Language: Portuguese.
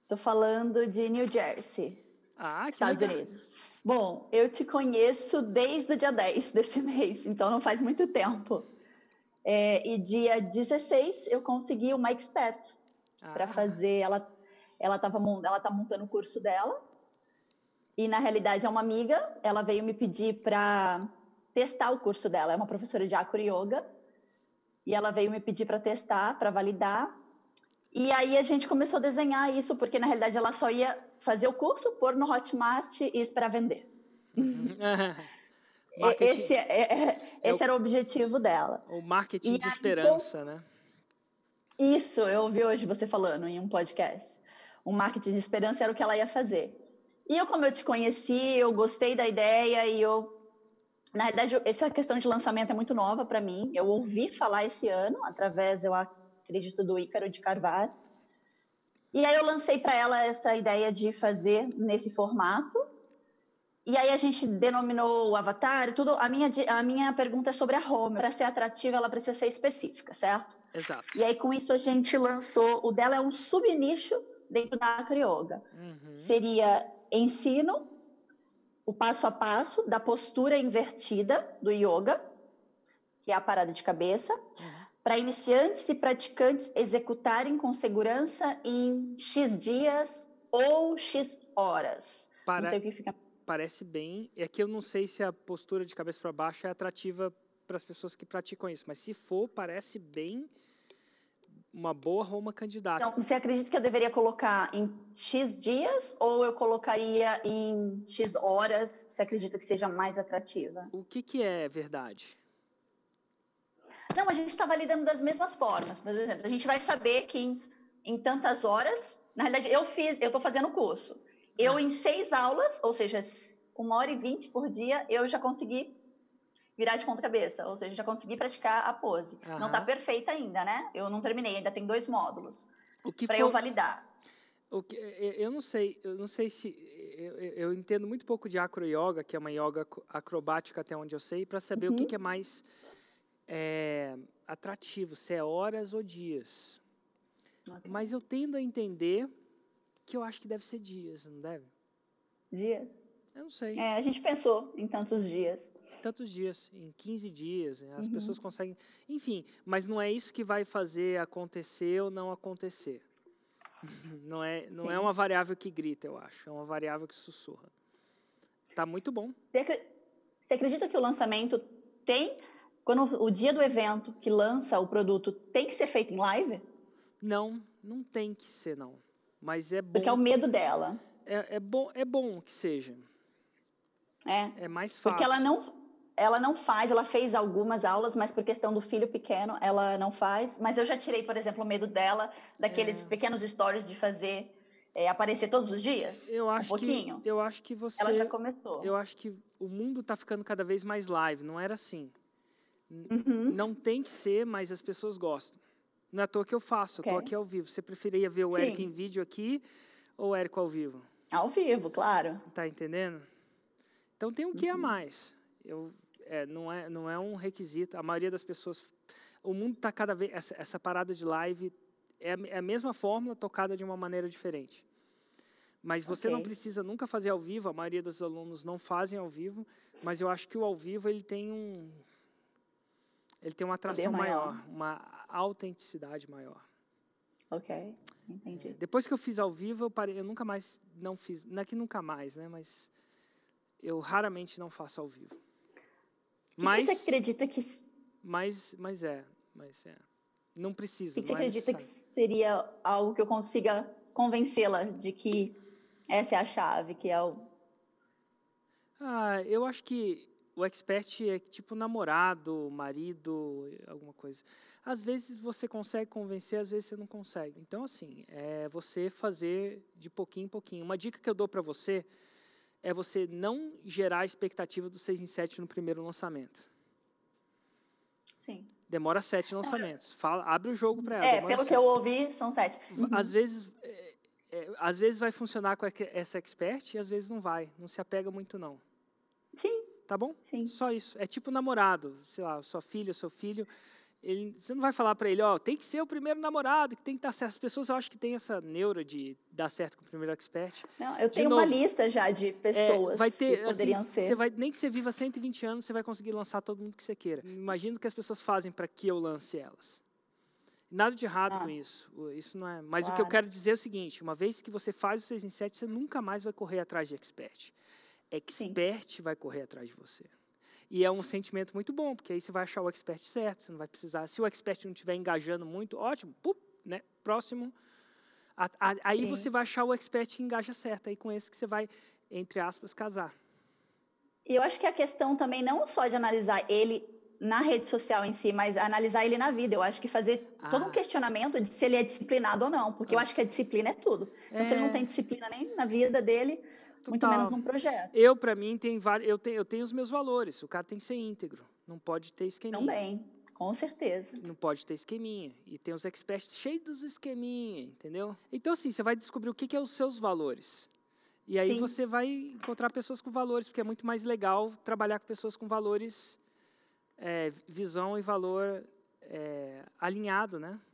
Tô falando de New Jersey, Que Estados legal. Unidos. Bom, eu te conheço desde o dia 10 desse mês, então não faz muito tempo. E dia 16 eu consegui uma expert para fazer. Ela tá montando o curso dela. E na realidade é uma amiga. Ela veio me pedir para testar o curso dela. É uma professora de Acro Yoga. E ela veio me pedir para testar, para validar. E aí a gente começou a desenhar isso, porque na realidade ela só ia fazer o curso, pôr no Hotmart e esperar vender. Marketing, Esse era o objetivo dela. o marketing de aí, esperança, né? Isso, eu ouvi hoje você falando em um podcast. O marketing de esperança era o que ela ia fazer. E como eu te conheci, eu gostei da ideia e na verdade, essa questão de lançamento é muito nova para mim. Eu ouvi falar esse ano, através, eu acredito, do Ícaro de Carvalho. E aí eu lancei para ela essa ideia de fazer nesse formato. E aí a gente denominou o avatar, tudo. A minha pergunta é sobre a home. Para ser atrativa, ela precisa ser específica, certo? Exato. E aí com isso a gente lançou, o dela é um subnicho dentro da Acro Yoga. Seria ensino, o passo a passo da postura invertida do yoga, que é a parada de cabeça, para iniciantes e praticantes executarem com segurança em X dias ou X horas. Não sei o que fica. Parece bem. É que eu não sei se a postura de cabeça para baixo é atrativa para as pessoas que praticam isso, mas se for, parece bem uma boa Roma candidata. Então, você acredita que eu deveria colocar em X dias ou eu colocaria em X horas? Você acredita que seja mais atrativa? O que é verdade? Não, a gente está validando das mesmas formas. Por exemplo, a gente vai saber que em tantas horas, na realidade, eu estou fazendo o curso. Eu, em 6 aulas, ou seja, 1h20 por dia, eu já consegui virar de ponta cabeça, ou seja, já consegui praticar a pose. Não está perfeita ainda, né? Eu não terminei, ainda tem 2 módulos para eu validar. Eu não sei se eu entendo muito pouco de acro yoga, que é uma yoga acrobática até onde eu sei, para saber o que é mais atrativo, se é horas ou dias. Okay. Mas eu tendo a entender que eu acho que deve ser dias, não deve? Dias? Eu não sei. A gente pensou em tantos dias. Tantos dias, em 15 dias, as pessoas conseguem... Enfim, mas não é isso que vai fazer acontecer ou não acontecer. Não é uma variável que grita, eu acho. É uma variável que sussurra. Tá muito bom. Você acredita que o lançamento tem... Quando o dia do evento que lança o produto tem que ser feito em live? Não tem que ser, não. Mas é bom. Porque é o medo dela. É bom que seja. É mais fácil. Porque ela não faz, ela fez algumas aulas, mas por questão do filho pequeno, ela não faz. Mas eu já tirei, por exemplo, o medo dela daqueles pequenos stories de fazer aparecer todos os dias. Eu acho pouquinho. Eu acho que você... Ela já começou. Eu acho que o mundo está ficando cada vez mais live, não era assim. Não tem que ser, mas as pessoas gostam. Não é à toa que eu faço, eu estou aqui ao vivo. Você preferia ver o Érico em vídeo aqui ou o Érico ao vivo? Ao vivo, claro. Tá entendendo? Então tem um que a mais. Não é um requisito. A maioria das pessoas... O mundo está cada vez... Essa parada de live é a mesma fórmula tocada de uma maneira diferente. Mas você não precisa nunca fazer ao vivo. A maioria dos alunos não fazem ao vivo. Mas eu acho que o ao vivo ele tem uma atração maior, uma autenticidade maior. Ok, entendi. Depois que eu fiz ao vivo, eu parei. Eu nunca mais não fiz. Não é que nunca mais, né? Mas eu raramente não faço ao vivo. Mas você acredita que... Mas é. Não precisa. O que você acredita que seria algo que eu consiga convencê-la de que essa é a chave, que é o... Eu acho que o expert é tipo namorado, marido, alguma coisa. Às vezes você consegue convencer, às vezes você não consegue. Então, assim, é você fazer de pouquinho em pouquinho. Uma dica que eu dou para você é você não gerar a expectativa do 6 em 7 no primeiro lançamento. Sim. Demora 7 lançamentos. Abre o jogo para ela. Pelo 7. Que eu ouvi, são 7. Às vezes vai funcionar com essa expert e às vezes não vai. Não se apega muito, não. Sim. Tá bom? Sim. Só isso. É tipo namorado, sei lá, sua filha, seu filho. Você não vai falar para ele, tem que ser o primeiro namorado, que tem que dar certo. As pessoas, eu acho que tem essa neura de dar certo com o primeiro expert. Não, eu tenho uma lista já de pessoas que poderiam ser. Nem que você viva 120 anos, você vai conseguir lançar todo mundo que você queira. Imagina o que as pessoas fazem para que eu lance elas. Nada de errado com isso. Isso não é. Mas o que eu quero dizer é o seguinte, uma vez que você faz o 6 em 7, você nunca mais vai correr atrás de expert. Expert vai correr atrás de você. E é um sentimento muito bom, porque aí você vai achar o expert certo, você não vai precisar. Se o expert não estiver engajando muito, ótimo, né? Próximo. Aí você vai achar o expert que engaja certo, aí com esse que você vai, entre aspas, casar. E eu acho que a questão também não só de analisar ele na rede social em si, mas analisar ele na vida. Eu acho que fazer todo um questionamento de se ele é disciplinado ou não, porque eu acho que a disciplina é tudo. Então, se ele não tem disciplina nem na vida dele, muito menos num projeto. Para mim, eu tenho os meus valores. O cara tem que ser íntegro. Não pode ter esqueminha. Também, com certeza. Não pode ter esqueminha. E tem os experts cheios dos esqueminha, entendeu? Então, assim, você vai descobrir o que é os seus valores. E aí você vai encontrar pessoas com valores, porque é muito mais legal trabalhar com pessoas com valores, visão e valor alinhado, né?